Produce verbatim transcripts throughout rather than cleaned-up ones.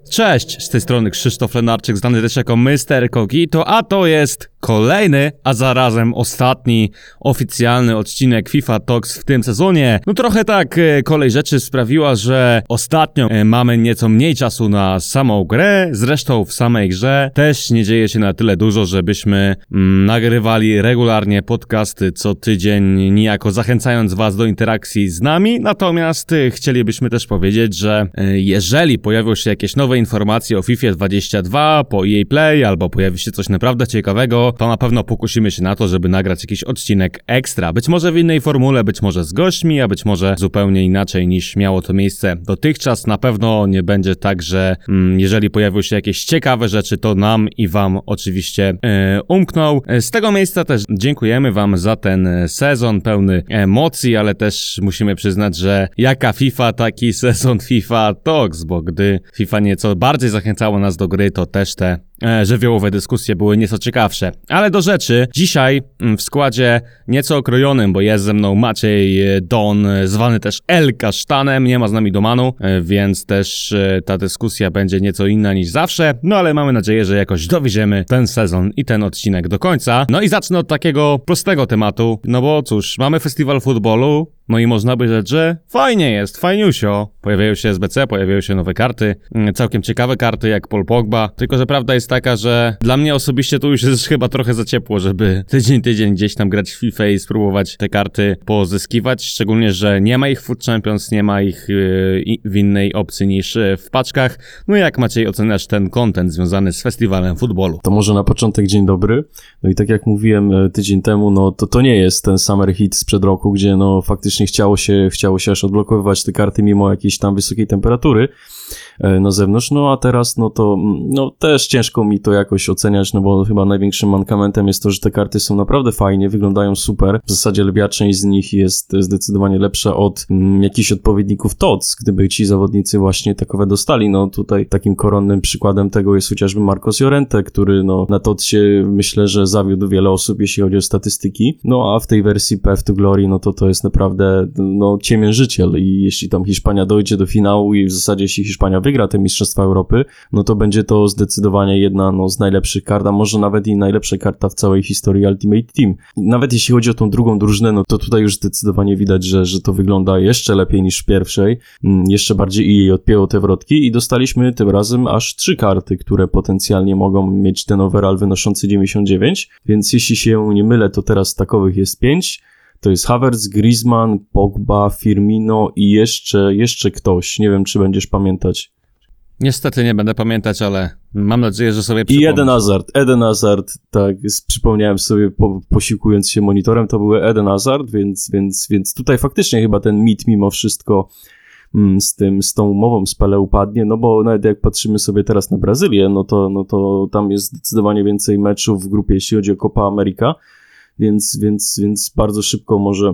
Cześć, z tej strony Krzysztof Lenarczyk, znany też jako mister Kogito, a to jest kolejny, a zarazem ostatni oficjalny odcinek FIFA Talks w tym sezonie. No trochę tak kolej rzeczy sprawiła, że ostatnio mamy nieco mniej czasu na samą grę, zresztą w samej grze też nie dzieje się na tyle dużo, żebyśmy mm, nagrywali regularnie podcasty co tydzień, niejako zachęcając was do interakcji z nami, natomiast chcielibyśmy też powiedzieć, że jeżeli pojawią się jakieś nowe informacje o FIFA dwadzieścia dwa po E A Play albo pojawi się coś naprawdę ciekawego, to na pewno pokusimy się na to, żeby nagrać jakiś odcinek ekstra. Być może w innej formule, być może z gośćmi, a być może zupełnie inaczej niż miało to miejsce dotychczas. Na pewno nie będzie tak, że mm, jeżeli pojawią się jakieś ciekawe rzeczy, to nam i wam oczywiście yy, umkną. Z tego miejsca też dziękujemy wam za ten sezon pełny emocji, ale też musimy przyznać, że jaka FIFA, taki sezon FIFA Talks, bo gdy FIFA nieco bardziej zachęcało nas do gry, to też te e, żywiołowe dyskusje były nieco ciekawsze. Ale do rzeczy, dzisiaj w składzie nieco okrojonym, bo jest ze mną Maciej Don, zwany też El Kasztanem, nie ma z nami Domanu, e, więc też e, ta dyskusja będzie nieco inna niż zawsze, no ale mamy nadzieję, że jakoś dowieziemy ten sezon i ten odcinek do końca. No i zacznę od takiego prostego tematu, no bo cóż, mamy festiwal futbolu, no i można by rzec, że fajnie jest, fajniusio. Pojawiają się S B C, pojawiają się nowe karty, całkiem ciekawe karty jak Paul Pogba, tylko że prawda jest taka, że dla mnie osobiście to już jest chyba trochę za ciepło, żeby tydzień, tydzień gdzieś tam grać w FIFA i spróbować te karty pozyskiwać, szczególnie, że nie ma ich w Foot Champions, nie ma ich yy, w innej opcji niż w paczkach. No jak Maciej oceniasz ten content związany z festiwalem futbolu? To może na początek dzień dobry. No i tak jak mówiłem tydzień temu, no to to nie jest ten summer hit sprzed roku, gdzie no faktycznie chciało się, chciało się aż odblokowywać te karty mimo jakiejś tam wysokiej temperatury na zewnątrz, no a teraz no to no też ciężko mi to jakoś oceniać, no bo chyba największym mankamentem jest to, że te karty są naprawdę fajnie, wyglądają super. W zasadzie lwia część z nich jest zdecydowanie lepsza od mm, jakichś odpowiedników T O C, gdyby ci zawodnicy właśnie takowe dostali. No tutaj takim koronnym przykładem tego jest chociażby Marcos Llorente, który no na T O C-ie myślę, że zawiódł wiele osób, jeśli chodzi o statystyki. No a w tej wersji Path to Glory, no to to jest naprawdę no ciemiężyciel i jeśli tam Hiszpania dojdzie do finału i w zasadzie jeśli Hiszpania wygra te Mistrzostwa Europy, no to będzie to zdecydowanie jedna no, z najlepszych kart, a może nawet i najlepsza karta w całej historii Ultimate Team. Nawet jeśli chodzi o tą drugą drużynę, no to tutaj już zdecydowanie widać, że, że to wygląda jeszcze lepiej niż w pierwszej, jeszcze bardziej i jej odpięło te wrotki i dostaliśmy tym razem aż trzy karty, które potencjalnie mogą mieć ten overall wynoszący dziewięćdziesiąt dziewięć, więc jeśli się nie mylę, to teraz takowych jest pięć. To jest Havertz, Griezmann, Pogba, Firmino i jeszcze, jeszcze ktoś. Nie wiem, czy będziesz pamiętać. Niestety nie będę pamiętać, ale mam nadzieję, że sobie przypomnę. I Eden Hazard. Eden Hazard, tak, przypomniałem sobie po, posiłkując się monitorem, to był Eden Hazard, więc, więc, więc tutaj faktycznie chyba ten mit mimo wszystko mm, z tym, z tą umową z Pele upadnie, no bo nawet jak patrzymy sobie teraz na Brazylię, no to, no to tam jest zdecydowanie więcej meczów w grupie, jeśli chodzi o Copa America. Więc, więc, więc bardzo szybko może,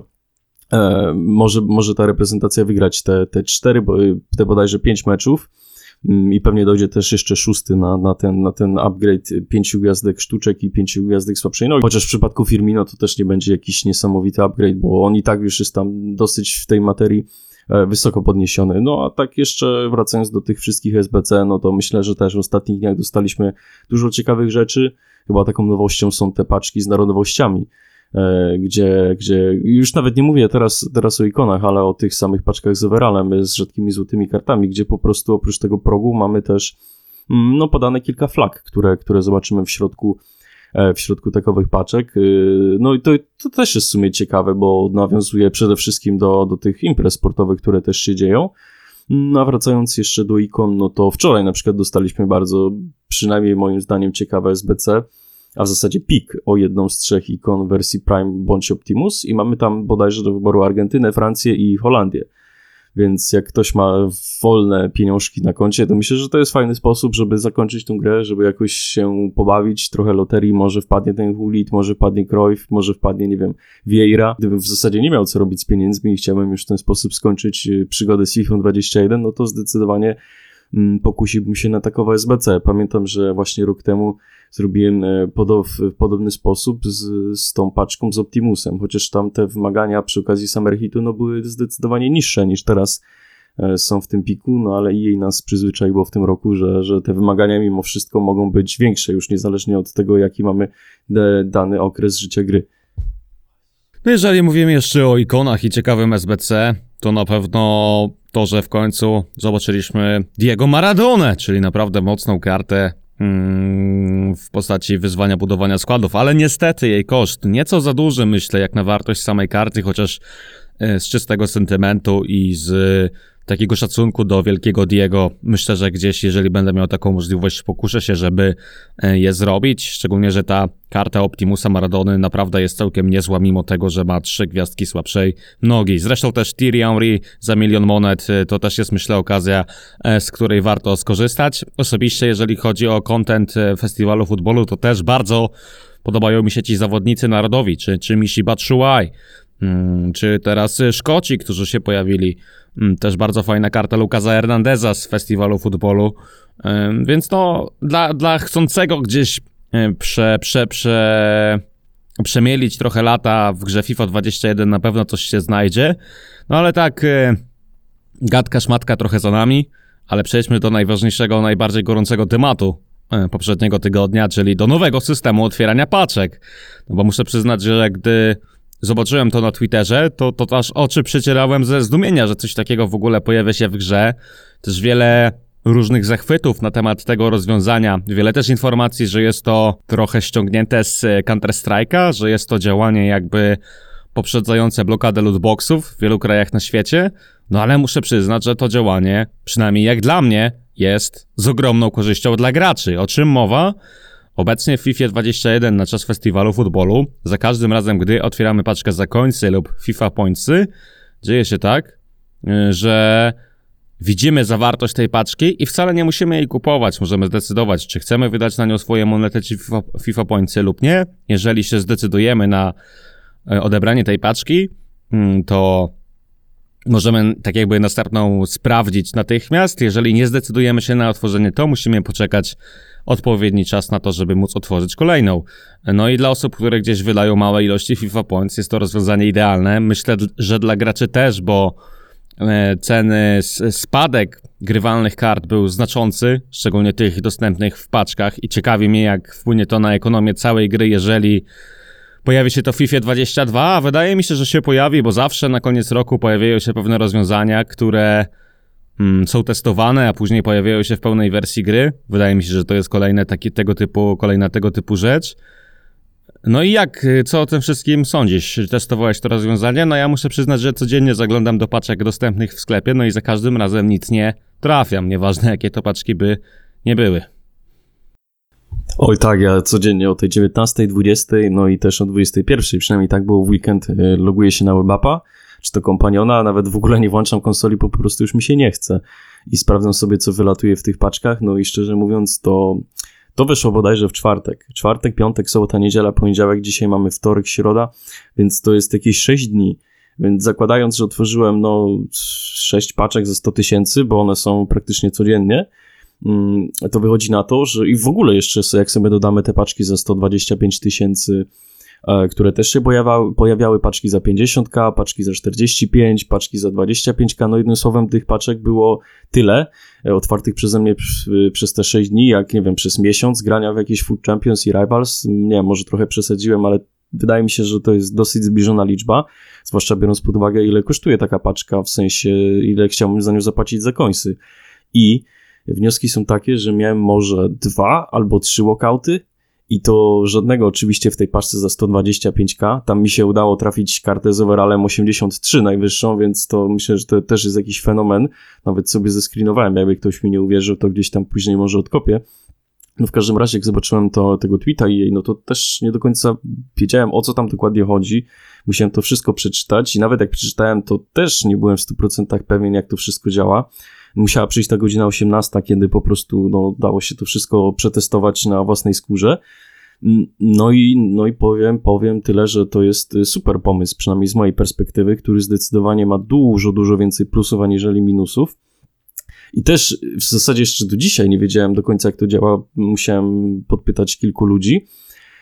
e, może, może ta reprezentacja wygrać te, te cztery, bo, te bodajże pięć meczów mm, i pewnie dojdzie też jeszcze szósty na, na, ten, na ten upgrade pięciu gwiazdek sztuczek i pięciu gwiazdek słabszej nogi. Chociaż w przypadku Firmino to też nie będzie jakiś niesamowity upgrade, bo on i tak już jest tam dosyć w tej materii e, wysoko podniesiony. No a tak jeszcze wracając do tych wszystkich S B C, no to myślę, że też w ostatnich dniach dostaliśmy dużo ciekawych rzeczy. Chyba taką nowością są te paczki z narodowościami, e, gdzie, gdzie już nawet nie mówię teraz, teraz o ikonach, ale o tych samych paczkach z overallem, z rzadkimi złotymi kartami, gdzie po prostu oprócz tego progu mamy też mm, no, podane kilka flag, które, które zobaczymy w środku, e, w środku takowych paczek. E, no i to, to też jest w sumie ciekawe, bo nawiązuje przede wszystkim do, do tych imprez sportowych, które też się dzieją. No a wracając jeszcze do ikon, no to wczoraj na przykład dostaliśmy bardzo, przynajmniej moim zdaniem, ciekawe S B C, a w zasadzie pik o jedną z trzech ikon wersji Prime bądź Optimus i mamy tam bodajże do wyboru Argentynę, Francję i Holandię. Więc jak ktoś ma wolne pieniążki na koncie, to myślę, że to jest fajny sposób, żeby zakończyć tę grę, żeby jakoś się pobawić, trochę loterii, może wpadnie ten Hulit, może wpadnie Cruyff, może wpadnie, nie wiem, Vieira. Gdybym w zasadzie nie miał co robić z pieniędzmi i chciałbym już w ten sposób skończyć przygodę z FIFA dwadzieścia jeden, no to zdecydowanie mm, pokusiłbym się na takowe S B C. Pamiętam, że właśnie rok temu zrobiłem podow, w podobny sposób z, z tą paczką z Optimusem, chociaż tam te wymagania przy okazji Summer Hitu no były zdecydowanie niższe niż teraz są w tym piku, no ale E A nas przyzwyczaiło w tym roku, że, że te wymagania mimo wszystko mogą być większe, już niezależnie od tego, jaki mamy de, dany okres życia gry. No jeżeli mówimy jeszcze o ikonach i ciekawym S B C, to na pewno to, że w końcu zobaczyliśmy Diego Maradonę, czyli naprawdę mocną kartę mm, w postaci wyzwania budowania składów, ale niestety jej koszt nieco za duży, myślę, jak na wartość samej karty, chociaż z czystego sentymentu i z takiego szacunku do wielkiego Diego, myślę, że gdzieś, jeżeli będę miał taką możliwość, pokuszę się, żeby je zrobić, szczególnie, że ta karta Optimusa Maradony naprawdę jest całkiem niezła, mimo tego, że ma trzy gwiazdki słabszej nogi. Zresztą też Thierry Henry za milion monet, to też jest, myślę, okazja, z której warto skorzystać. Osobiście, jeżeli chodzi o content festiwalu futbolu, to też bardzo podobają mi się ci zawodnicy narodowi, czy, czy Michy Batshuayi, Hmm, czy teraz Szkoci, którzy się pojawili. Hmm, też bardzo fajna karta Lucasa Hernandeza z festiwalu futbolu. Hmm, więc no, dla, dla chcącego gdzieś prze, prze, prze, przemielić trochę lata w grze FIFA dwadzieścia jeden na pewno coś się znajdzie. No ale tak, gadka szmatka trochę za nami, ale przejdźmy do najważniejszego, najbardziej gorącego tematu poprzedniego tygodnia, czyli do nowego systemu otwierania paczek. No bo muszę przyznać, że gdy zobaczyłem to na Twitterze, to, to aż oczy przecierałem ze zdumienia, że coś takiego w ogóle pojawia się w grze. Też wiele różnych zachwytów na temat tego rozwiązania. Wiele też informacji, że jest to trochę ściągnięte z Counter-Strike'a, że jest to działanie jakby poprzedzające blokadę lootboxów w wielu krajach na świecie. No ale muszę przyznać, że to działanie, przynajmniej jak dla mnie, jest z ogromną korzyścią dla graczy. O czym mowa? Obecnie w FIFA dwadzieścia jeden na czas festiwalu futbolu, za każdym razem, gdy otwieramy paczkę za końcy lub FIFA Pointsy, dzieje się tak, że widzimy zawartość tej paczki i wcale nie musimy jej kupować. Możemy zdecydować, czy chcemy wydać na nią swoje monety czy FIFA, FIFA Pointsy lub nie. Jeżeli się zdecydujemy na odebranie tej paczki, to możemy tak jakby następną sprawdzić natychmiast. Jeżeli nie zdecydujemy się na otworzenie, to musimy poczekać odpowiedni czas na to, żeby móc otworzyć kolejną. No i dla osób, które gdzieś wydają małe ilości FIFA Points, jest to rozwiązanie idealne. Myślę, że dla graczy też, bo ceny, spadek grywalnych kart był znaczący, szczególnie tych dostępnych w paczkach i ciekawi mnie, jak wpłynie to na ekonomię całej gry, jeżeli pojawi się to w FIFA dwadzieścia dwa, a wydaje mi się, że się pojawi, bo zawsze na koniec roku pojawiają się pewne rozwiązania, które mm, są testowane, a później pojawiają się w pełnej wersji gry. Wydaje mi się, że to jest kolejne taki, tego typu, kolejna tego typu rzecz. No i jak, co o tym wszystkim sądzisz? Testowałeś to rozwiązanie? No ja muszę przyznać, że codziennie zaglądam do paczek dostępnych w sklepie, no i za każdym razem nic nie trafiam, nieważne jakie to paczki by nie były. Oj tak, ja codziennie o tej dziewiętnastej, dwudziestej, no i też o dwudziestej pierwszej, przynajmniej tak było w weekend, loguję się na WebAppa, czy to kompaniona, nawet w ogóle nie włączam konsoli, po prostu już mi się nie chce i sprawdzam sobie, co wylatuje w tych paczkach, no i szczerze mówiąc, to to wyszło bodajże w czwartek. Czwartek, piątek, sobota, niedziela, poniedziałek, dzisiaj mamy wtorek, środa, więc to jest jakieś sześć dni. Więc zakładając, że otworzyłem no sześć paczek za sto tysięcy, bo one są praktycznie codziennie, to wychodzi na to, że i w ogóle jeszcze jak sobie dodamy te paczki za sto dwadzieścia pięć tysięcy, które też się pojawiały, pojawiały, paczki za pięćdziesiąt tysięcy, paczki za czterdzieści pięć, paczki za dwadzieścia pięć tysięcy, no jednym słowem tych paczek było tyle, otwartych przeze mnie przez te sześć dni, jak nie wiem, przez miesiąc grania w jakieś Food Champions i Rivals, nie wiem, może trochę przesadziłem, ale wydaje mi się, że to jest dosyć zbliżona liczba, zwłaszcza biorąc pod uwagę, ile kosztuje taka paczka, w sensie ile chciałbym za nią zapłacić za końsy. I wnioski są takie, że miałem może dwa albo trzy walkouty i to żadnego oczywiście w tej paczce za sto dwadzieścia pięć tysięcy. Tam mi się udało trafić kartę z overallem osiemdziesiąt trzy najwyższą, więc to myślę, że to też jest jakiś fenomen. Nawet sobie zescreenowałem, jakby ktoś mi nie uwierzył, to gdzieś tam później może odkopię. No w każdym razie, jak zobaczyłem to, tego tweeta i no to też nie do końca wiedziałem, o co tam dokładnie chodzi. Musiałem to wszystko przeczytać i nawet jak przeczytałem, to też nie byłem w stu procentach pewien, jak to wszystko działa. Musiała przyjść ta godzina osiemnasta, kiedy po prostu no, dało się to wszystko przetestować na własnej skórze. No i, no i powiem, powiem tyle, że to jest super pomysł, przynajmniej z mojej perspektywy, który zdecydowanie ma dużo, dużo więcej plusów aniżeli minusów. I też w zasadzie jeszcze do dzisiaj nie wiedziałem do końca, jak to działa. Musiałem podpytać kilku ludzi.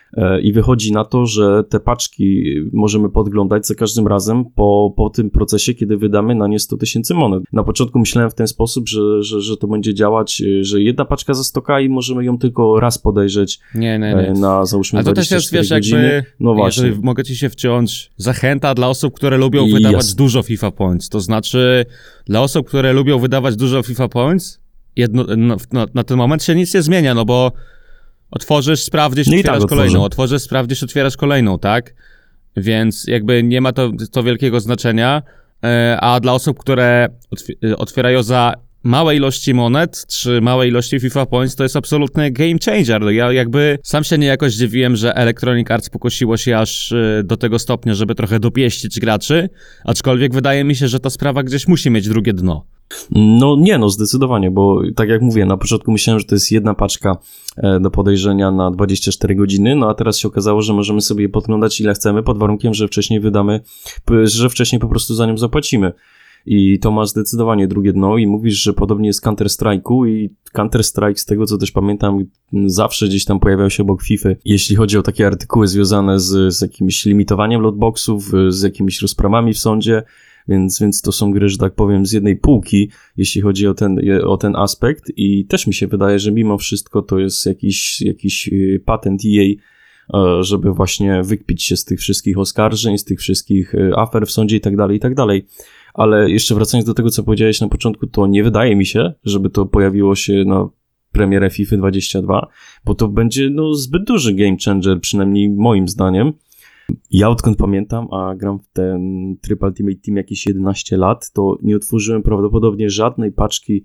I wychodzi na to, że te paczki możemy podglądać za każdym razem po, po tym procesie, kiedy wydamy na nie sto tysięcy monet. Na początku myślałem w ten sposób, że, że, że to będzie działać, że jedna paczka za sto ka i możemy ją tylko raz podejrzeć nie, nie, nie. na załóżmy dwadzieścia cztery godziny. Ale to też jest, wiesz, godziny. jakby, no właśnie. mogę ci się wciąć, zachęta dla osób, które lubią I wydawać jasne. dużo FIFA Points. To znaczy, dla osób, które lubią wydawać dużo FIFA Points, jedno, no, na, na ten moment się nic nie zmienia, no bo otworzysz, sprawdzisz, no otwierasz tak kolejną, otworzę. otworzysz, sprawdzisz, otwierasz kolejną, tak? Więc jakby nie ma to, to wielkiego znaczenia, a dla osób, które otwierają za małe ilości monet, czy małe ilości FIFA Points, to jest absolutny game changer. Ja jakby sam się niejako zdziwiłem, że Electronic Arts pokosiło się aż do tego stopnia, żeby trochę dopieścić graczy, aczkolwiek wydaje mi się, że ta sprawa gdzieś musi mieć drugie dno. No nie, no zdecydowanie, bo tak jak mówię, na początku myślałem, że to jest jedna paczka do podejrzenia na dwadzieścia cztery godziny, no a teraz się okazało, że możemy sobie je podglądać ile chcemy, pod warunkiem, że wcześniej wydamy, że wcześniej po prostu za nią zapłacimy. I to ma zdecydowanie drugie dno i mówisz, że podobnie jest Counter-Strike'u i Counter-Strike, z tego co też pamiętam, zawsze gdzieś tam pojawiał się obok FIFA, jeśli chodzi o takie artykuły związane z, z jakimś limitowaniem lootboxów, z jakimiś rozprawami w sądzie, więc, więc to są gry, że tak powiem, z jednej półki, jeśli chodzi o ten, o ten aspekt i też mi się wydaje, że mimo wszystko to jest jakiś, jakiś patent E A, żeby właśnie wykpić się z tych wszystkich oskarżeń, z tych wszystkich afer w sądzie i tak dalej, i tak dalej. Ale jeszcze wracając do tego, co powiedziałeś na początku, to nie wydaje mi się, żeby to pojawiło się na premierę FIFA dwadzieścia dwa, bo to będzie no, zbyt duży game changer, przynajmniej moim zdaniem. Ja odkąd pamiętam, a gram w ten tryb Ultimate Team jakieś jedenaście lat, to nie otworzyłem prawdopodobnie żadnej paczki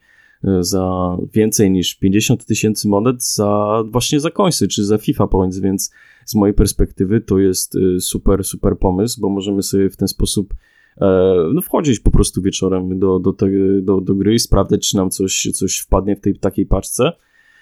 za więcej niż pięćdziesiąt tysięcy monet za właśnie za coinsy, czy za FIFA Points, więc z mojej perspektywy to jest super, super pomysł, bo możemy sobie w ten sposób no wchodzić po prostu wieczorem do, do, te, do, do gry i sprawdzać, czy nam coś, coś wpadnie w tej takiej paczce.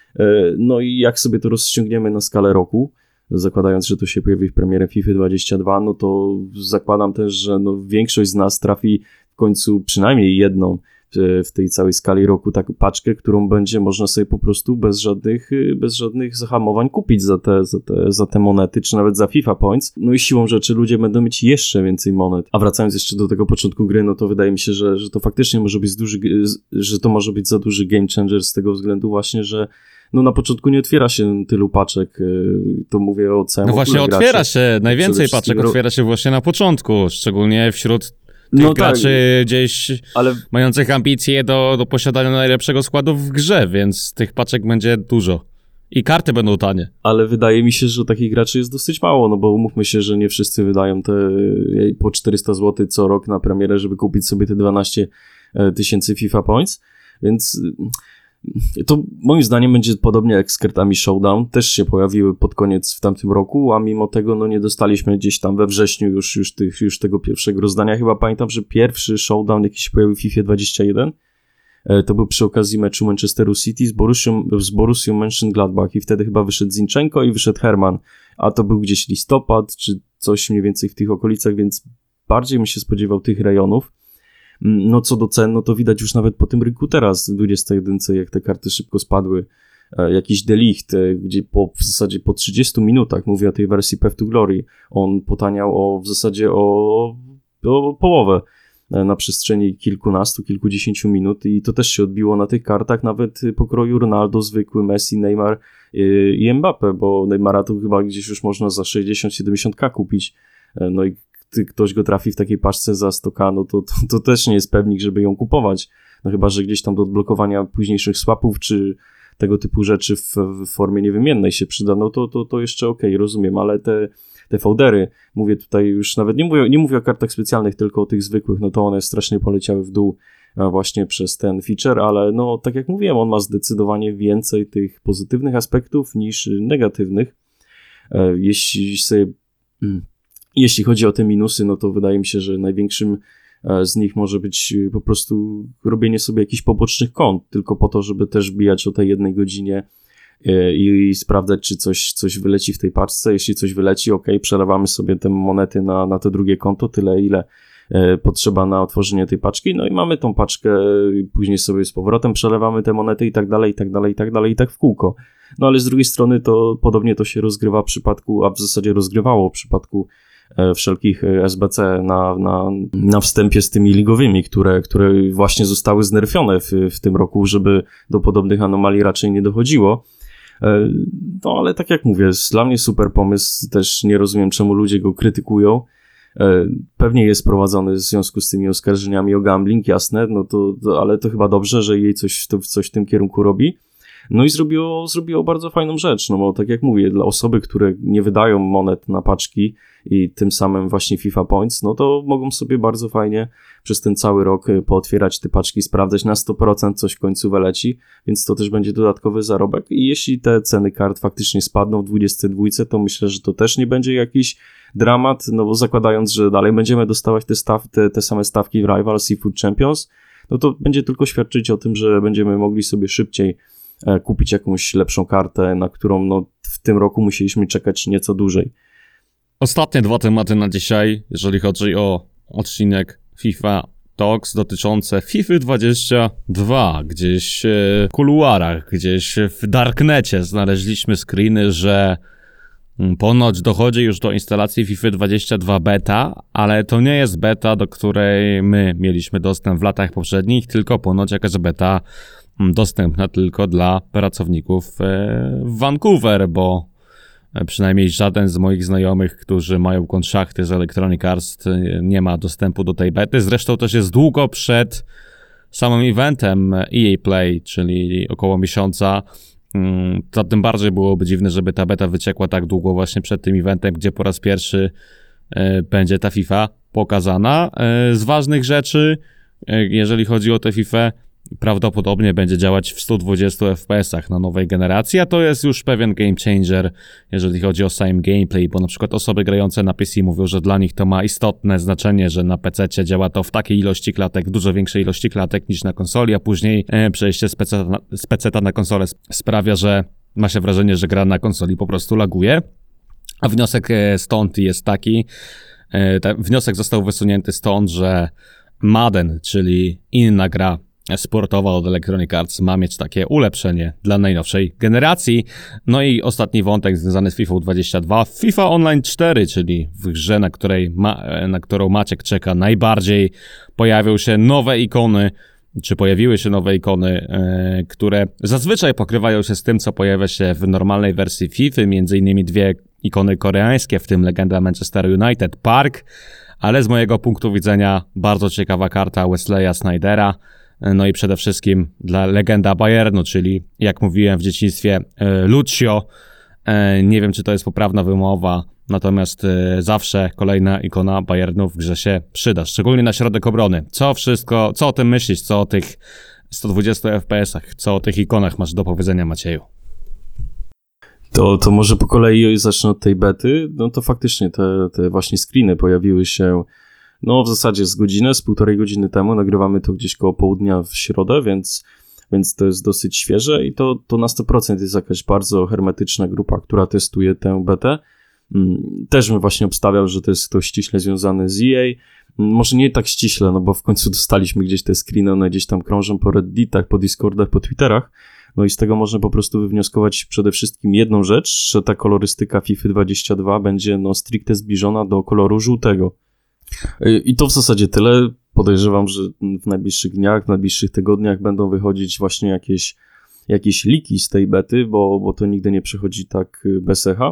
No i jak sobie to rozciągniemy na skalę roku, zakładając, że to się pojawi w premierę FIFA dwadzieścia dwa, no to zakładam też, że no większość z nas trafi w końcu przynajmniej jedną w tej całej skali roku taką paczkę, którą będzie można sobie po prostu bez żadnych, bez żadnych zahamowań kupić za te, za, te, za te monety, czy nawet za FIFA Points. No i siłą rzeczy ludzie będą mieć jeszcze więcej monet. A wracając jeszcze do tego początku gry, no to wydaje mi się, że, że to faktycznie może być duży, że to może być za duży game changer z tego względu właśnie, że no na początku nie otwiera się tylu paczek, to mówię o całym No właśnie otwiera graczy. się, najwięcej paczek ro... otwiera się właśnie na początku, szczególnie wśród tych no graczy tak, gdzieś ale... mających ambicje do, do posiadania najlepszego składu w grze, więc tych paczek będzie dużo. I karty będą tanie. Ale wydaje mi się, że takich graczy jest dosyć mało, no bo umówmy się, że nie wszyscy wydają te po czterysta złotych co rok na premierę, żeby kupić sobie te dwanaście tysięcy FIFA Points, więc to moim zdaniem będzie podobnie jak z kartami Showdown, też się pojawiły pod koniec w tamtym roku, a mimo tego no nie dostaliśmy gdzieś tam we wrześniu już, już, tych, już tego pierwszego rozdania. Chyba pamiętam, że pierwszy Showdown jaki się pojawił w FIFA dwadzieścia jeden to był przy okazji meczu Manchesteru City z Borussią, z Borussią Mönchengladbach i wtedy chyba wyszedł Zinchenko i wyszedł Herman, a to był gdzieś listopad czy coś mniej więcej w tych okolicach, więc bardziej bym się spodziewał tych rejonów. No co do cen, no to widać już nawet po tym rynku teraz w dwudziestej jedynce, jak te karty szybko spadły. E, jakiś De Ligt, e, gdzie po, w zasadzie po trzydziestu minutach, mówię o tej wersji Path to Glory, on potaniał o, w zasadzie o, o połowę e, na przestrzeni kilkunastu, kilkudziesięciu minut i to też się odbiło na tych kartach nawet pokroju Ronaldo, zwykły Messi, Neymar e, i Mbappe, bo Neymara to chyba gdzieś już można za sześćdziesiąt siedemdziesiąt ka kupić, e, no i ktoś go trafi w takiej paczce za sto ka, no to, to, to też nie jest pewnik, żeby ją kupować. No chyba, że gdzieś tam do odblokowania późniejszych swapów, czy tego typu rzeczy w, w formie niewymiennej się przyda, no to, to, to jeszcze okej, okay, rozumiem, ale te, te foldery, mówię tutaj już nawet, nie mówię, nie mówię o kartach specjalnych, tylko o tych zwykłych, no to one strasznie poleciały w dół właśnie przez ten feature, ale no tak jak mówiłem, on ma zdecydowanie więcej tych pozytywnych aspektów niż negatywnych. Jeśli sobie... Jeśli chodzi o te minusy, no to wydaje mi się, że największym z nich może być po prostu robienie sobie jakichś pobocznych kont, tylko po to, żeby też bijać o tej jednej godzinie i, i sprawdzać, czy coś, coś wyleci w tej paczce. Jeśli coś wyleci, ok, przelewamy sobie te monety na, na to drugie konto, tyle ile potrzeba na otworzenie tej paczki, no i mamy tą paczkę, później sobie z powrotem przelewamy te monety i tak dalej, i tak dalej, i tak dalej, i tak w kółko. No ale z drugiej strony to podobnie to się rozgrywa w przypadku, a w zasadzie rozgrywało w przypadku wszelkich S B C na, na, na wstępie z tymi ligowymi, które, które właśnie zostały znerfione w, w tym roku, żeby do podobnych anomalii raczej nie dochodziło. No ale tak jak mówię, dla mnie super pomysł, też nie rozumiem czemu ludzie go krytykują. Pewnie jest prowadzony w związku z tymi oskarżeniami o gambling, jasne, no to, to ale to chyba dobrze, że jej coś, to, coś w tym kierunku robi. No i zrobiło, zrobiło bardzo fajną rzecz, no bo tak jak mówię, dla osoby, które nie wydają monet na paczki i tym samym właśnie FIFA Points, no to mogą sobie bardzo fajnie przez ten cały rok pootwierać te paczki, sprawdzać na sto procent coś w końcu wyleci, więc to też będzie dodatkowy zarobek i jeśli te ceny kart faktycznie spadną w dwudziestce dwójce, to myślę, że to też nie będzie jakiś dramat, no bo zakładając, że dalej będziemy dostawać te, staw, te, te same stawki w Rivals i Food Champions, no to będzie tylko świadczyć o tym, że będziemy mogli sobie szybciej kupić jakąś lepszą kartę, na którą no, w tym roku musieliśmy czekać nieco dłużej. Ostatnie dwa tematy na dzisiaj, jeżeli chodzi o odcinek FIFA Talks dotyczące FIFA dwadzieścia dwa. Gdzieś w kuluarach, gdzieś w darknecie znaleźliśmy screeny, że ponoć dochodzi już do instalacji FIFA dwadzieścia dwa beta, ale to nie jest beta, do której my mieliśmy dostęp w latach poprzednich, tylko ponoć jakaś beta dostępna tylko dla pracowników w Vancouver, bo przynajmniej żaden z moich znajomych, którzy mają kontrakty z Electronic Arts, nie ma dostępu do tej bety. Zresztą też jest długo przed samym eventem E A Play, czyli około miesiąca. To tym bardziej byłoby dziwne, żeby ta beta wyciekła tak długo właśnie przed tym eventem, gdzie po raz pierwszy będzie ta FIFA pokazana. Z ważnych rzeczy, jeżeli chodzi o tę FIFA, prawdopodobnie będzie działać w stu dwudziestu F P S-ach na nowej generacji, a to jest już pewien game changer, jeżeli chodzi o sam gameplay, bo na przykład osoby grające na P C mówią, że dla nich to ma istotne znaczenie, że na P C-cie działa to w takiej ilości klatek, dużo większej ilości klatek niż na konsoli, a później e, przejście z peceta na, z peceta na konsolę sprawia, że ma się wrażenie, że gra na konsoli po prostu laguje. A wniosek stąd jest taki, e, ten wniosek został wysunięty stąd, że Madden, czyli inna gra sportowa od Electronic Arts, ma mieć takie ulepszenie dla najnowszej generacji. No i ostatni wątek związany z FIFA dwadzieścia dwa. FIFA Online cztery, czyli w grze, na, której ma, na którą Maciek czeka najbardziej, pojawią się nowe ikony, czy pojawiły się nowe ikony, e, które zazwyczaj pokrywają się z tym, co pojawia się w normalnej wersji FIFA, między innymi dwie ikony koreańskie, w tym legenda Manchester United, Park, ale z mojego punktu widzenia bardzo ciekawa karta Wesleya Snydera. No i przede wszystkim dla legenda Bayernu, czyli jak mówiłem w dzieciństwie Lucio. Nie wiem, czy to jest poprawna wymowa, natomiast zawsze kolejna ikona Bayernu w grze się przyda, szczególnie na środek obrony. Co wszystko, co o tym myślisz, co o tych stu dwudziestu F P S-ach, co o tych ikonach masz do powiedzenia, Macieju? To, to może po kolei zacznę od tej bety. No to faktycznie te, te właśnie screeny pojawiły się no w zasadzie z godzinę, z półtorej godziny temu. Nagrywamy to gdzieś koło południa w środę, więc, więc to jest dosyć świeże i to, to na sto procent jest jakaś bardzo hermetyczna grupa, która testuje tę betę. Też bym właśnie obstawiał, że to jest ktoś ściśle związany z E A. Może nie tak ściśle, no bo w końcu dostaliśmy gdzieś te screeny, one gdzieś tam krążą po Redditach, po Discordach, po Twitterach. No i z tego można po prostu wywnioskować przede wszystkim jedną rzecz, że ta kolorystyka FIFA dwadzieścia dwa będzie no stricte zbliżona do koloru żółtego. I to w zasadzie tyle. Podejrzewam, że w najbliższych dniach, w najbliższych tygodniach będą wychodzić właśnie jakieś, jakieś leaki z tej bety, bo, bo to nigdy nie przechodzi tak bez echa.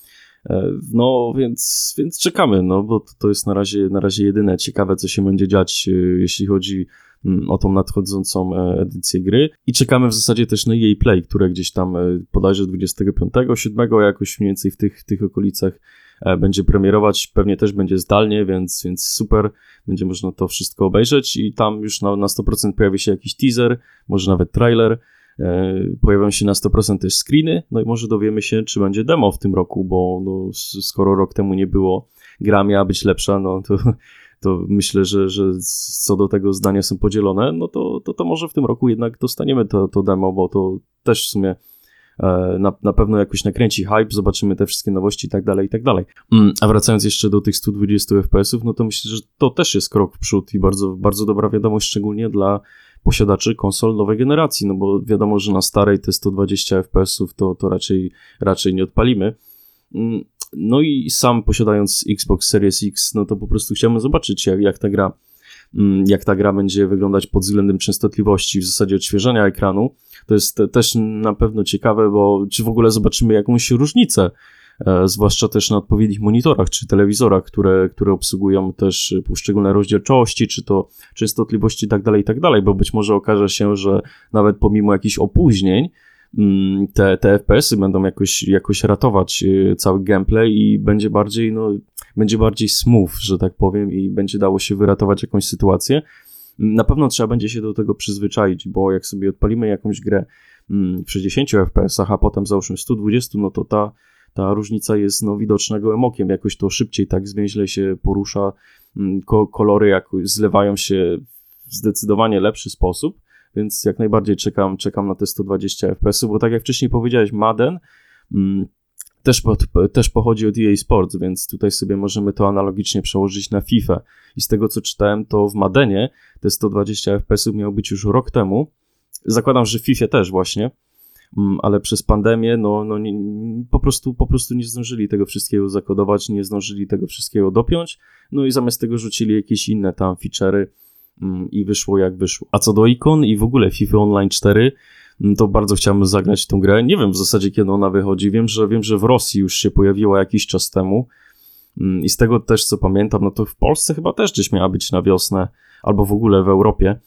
No więc, więc czekamy, no bo to, to jest na razie, na razie jedyne ciekawe, co się będzie dziać, jeśli chodzi o tą nadchodzącą edycję gry. I czekamy w zasadzie też na E A Play, które gdzieś tam bodajże dwudziestego piątego, siódmego jakoś mniej więcej w tych, w tych okolicach będzie premierować, pewnie też będzie zdalnie, więc, więc super, będzie można to wszystko obejrzeć i tam już na, na sto procent pojawi się jakiś teaser, może nawet trailer, e, pojawią się na sto procent też screeny, no i może dowiemy się, czy będzie demo w tym roku, bo no, skoro rok temu nie było, gra miała być lepsza, no to, to myślę, że, że co do tego zdania są podzielone, no to, to, to może w tym roku jednak dostaniemy to, to demo, bo to też w sumie na, na pewno jakoś nakręci hype, zobaczymy te wszystkie nowości i tak dalej, i tak dalej. A wracając jeszcze do tych stu dwudziestu F P S ów, no to myślę, że to też jest krok w przód i bardzo, bardzo dobra wiadomość, szczególnie dla posiadaczy konsol nowej generacji, no bo wiadomo, że na starej te sto dwadzieścia F P S ów to, to raczej, raczej nie odpalimy. No i sam posiadając Xbox Series X, no to po prostu chciałbym zobaczyć, jak, jak ta gra jak ta gra będzie wyglądać pod względem częstotliwości, w zasadzie odświeżania ekranu. To jest te, też na pewno ciekawe, bo czy w ogóle zobaczymy jakąś różnicę, e, zwłaszcza też na odpowiednich monitorach czy telewizorach, które, które obsługują też poszczególne rozdzielczości, czy to częstotliwości i tak dalej, i tak dalej, bo być może okaże się, że nawet pomimo jakichś opóźnień te, te F P S y będą jakoś, jakoś ratować cały gameplay i będzie bardziej, no, będzie bardziej smooth, że tak powiem, i będzie dało się wyratować jakąś sytuację. Na pewno trzeba będzie się do tego przyzwyczaić, bo jak sobie odpalimy jakąś grę w sześćdziesięciu F P S ach, a potem załóżmy stu dwudziestu, no to ta, ta różnica jest no, widoczna gołym okiem. Jakoś to szybciej, tak zwięźle się porusza, ko- kolory jakoś zlewają się w zdecydowanie lepszy sposób. Więc jak najbardziej czekam, czekam na te sto dwadzieścia F P S ów, bo tak jak wcześniej powiedziałeś, Madden mm, też, po, też pochodzi od E A Sports, więc tutaj sobie możemy to analogicznie przełożyć na FIFA. I z tego co czytałem, to w Maddenie te sto dwadzieścia F P S ów miało być już rok temu. Zakładam, że w FIFA też właśnie, mm, ale przez pandemię no, no nie, po, prostu, po prostu nie zdążyli tego wszystkiego zakodować, nie zdążyli tego wszystkiego dopiąć, no i zamiast tego rzucili jakieś inne tam feature'y, i wyszło jak wyszło. A co do ikon i w ogóle FIFA Online cztery, to bardzo chciałbym zagrać w tą grę. Nie wiem w zasadzie, kiedy ona wychodzi. Wiem, że wiem, że w Rosji już się pojawiła jakiś czas temu i z tego też, co pamiętam, no to w Polsce chyba też gdzieś miała być na wiosnę, albo w ogóle w Europie,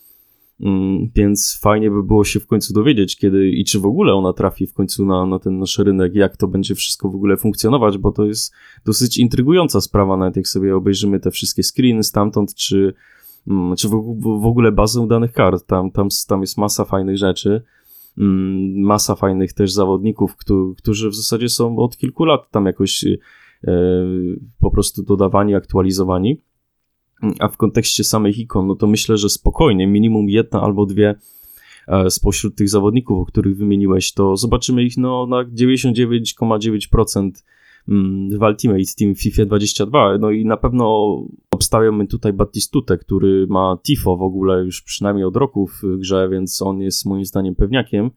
więc fajnie by było się w końcu dowiedzieć, kiedy i czy w ogóle ona trafi w końcu na, na ten nasz rynek, jak to będzie wszystko w ogóle funkcjonować, bo to jest dosyć intrygująca sprawa, nawet jak sobie obejrzymy te wszystkie screeny stamtąd, czy czy w, w ogóle bazę danych kart, tam, tam, tam jest masa fajnych rzeczy, masa fajnych też zawodników, którzy, którzy w zasadzie są od kilku lat tam jakoś e, po prostu dodawani, aktualizowani, a w kontekście samych ikon, no to myślę, że spokojnie, minimum jedna albo dwie e, spośród tych zawodników, o których wymieniłeś, to zobaczymy ich no, na dziewięćdziesiąt dziewięć przecinek dziewięć procent w Ultimate Team w FIFA dwadzieścia dwa, no i na pewno obstawiamy tutaj Batistutę, który ma Tifo w ogóle już przynajmniej od roku w grze, więc on jest moim zdaniem pewniakiem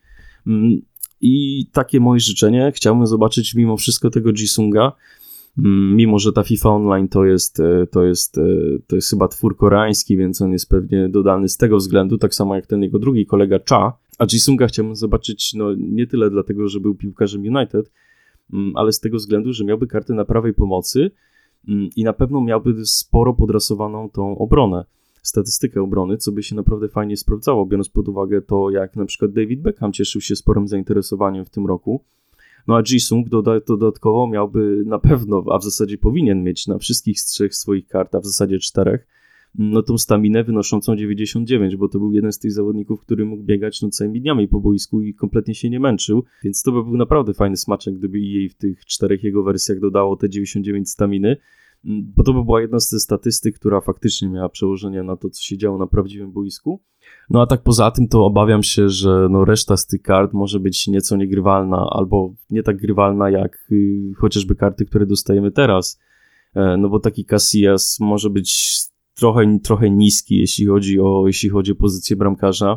i takie moje życzenie, chciałbym zobaczyć mimo wszystko tego Jisunga, mimo że ta FIFA Online to jest, to jest, to jest chyba twór koreański, więc on jest pewnie dodany z tego względu, tak samo jak ten jego drugi kolega Cha, a Jisunga chciałbym zobaczyć no nie tyle dlatego, że był piłkarzem United, ale z tego względu, że miałby kartę na prawej pomocy i na pewno miałby sporo podrasowaną tą obronę, statystykę obrony, co by się naprawdę fajnie sprawdzało, biorąc pod uwagę to, jak na przykład David Beckham cieszył się sporym zainteresowaniem w tym roku. No a Jisung doda- dodatkowo miałby na pewno, a w zasadzie powinien mieć na wszystkich z trzech swoich kart, a w zasadzie czterech, no tą staminę wynoszącą dziewięćdziesiąt dziewięć, bo to był jeden z tych zawodników, który mógł biegać no całymi dniami po boisku i kompletnie się nie męczył, więc to by był naprawdę fajny smaczek, gdyby jej w tych czterech jego wersjach dodało te dziewięćdziesiąt dziewięć staminy, bo to by była jedna z tych statystyk, która faktycznie miała przełożenie na to, co się działo na prawdziwym boisku. No a tak poza tym to obawiam się, że no reszta z tych kart może być nieco niegrywalna, albo nie tak grywalna jak y, chociażby karty, które dostajemy teraz, e, no bo taki Casillas może być trochę, trochę niski, jeśli chodzi o, jeśli chodzi o pozycję bramkarza.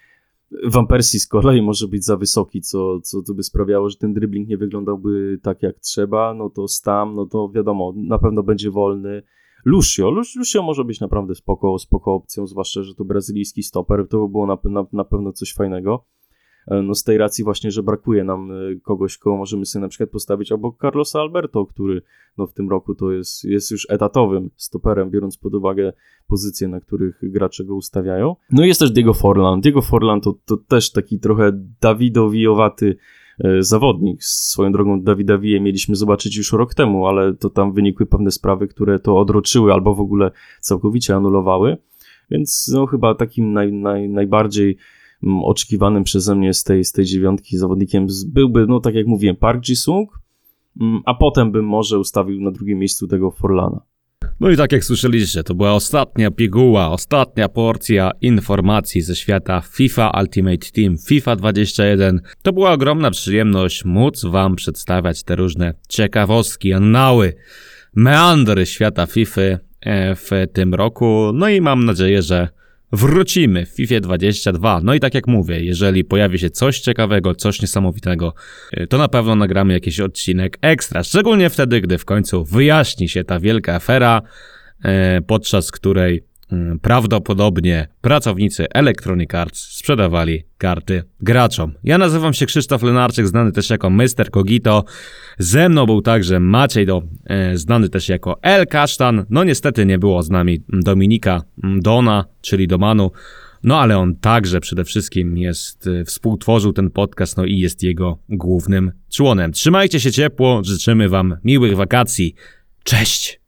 Van Persie z kolei może być za wysoki, co, co, co by sprawiało, że ten dribbling nie wyglądałby tak jak trzeba, no to Stam, no to wiadomo, na pewno będzie wolny. Lucio, Lucio może być naprawdę spoko, spoko opcją, zwłaszcza, że to brazylijski stoper, to by było na, na, na pewno coś fajnego. No z tej racji właśnie, że brakuje nam kogoś, kogo możemy sobie na przykład postawić obok Carlosa Alberto, który no w tym roku to jest, jest już etatowym stoperem, biorąc pod uwagę pozycje, na których gracze go ustawiają. No i jest też Diego Forlan. Diego Forlan to, to też taki trochę Dawidowi-owaty e, zawodnik. Swoją drogą Dawida Villę mieliśmy zobaczyć już rok temu, ale to tam wynikły pewne sprawy, które to odroczyły albo w ogóle całkowicie anulowały. Więc no chyba takim naj, naj, najbardziej oczekiwanym przeze mnie z tej, z tej dziewiątki zawodnikiem byłby, no tak jak mówiłem, Park Ji-sung, a potem bym może ustawił na drugim miejscu tego Forlana. No i tak jak słyszeliście, to była ostatnia piguła, ostatnia porcja informacji ze świata FIFA Ultimate Team FIFA dwadzieścia jeden. To była ogromna przyjemność móc wam przedstawiać te różne ciekawostki, annały, meandry świata FIFA w tym roku. No i mam nadzieję, że wrócimy w FIFA dwadzieścia dwa. No i tak jak mówię, jeżeli pojawi się coś ciekawego, coś niesamowitego, to na pewno nagramy jakiś odcinek ekstra. Szczególnie wtedy, gdy w końcu wyjaśni się ta wielka afera, podczas której prawdopodobnie pracownicy Electronic Arts sprzedawali karty graczom. Ja nazywam się Krzysztof Lenarczyk, znany też jako mister Kogito. Ze mną był także Maciej, do, e, znany też jako El Kasztan. No niestety nie było z nami Dominika Dona, czyli Domanu. No ale on także przede wszystkim jest, e, współtworzył ten podcast, no i jest jego głównym członem. Trzymajcie się ciepło, życzymy wam miłych wakacji. Cześć!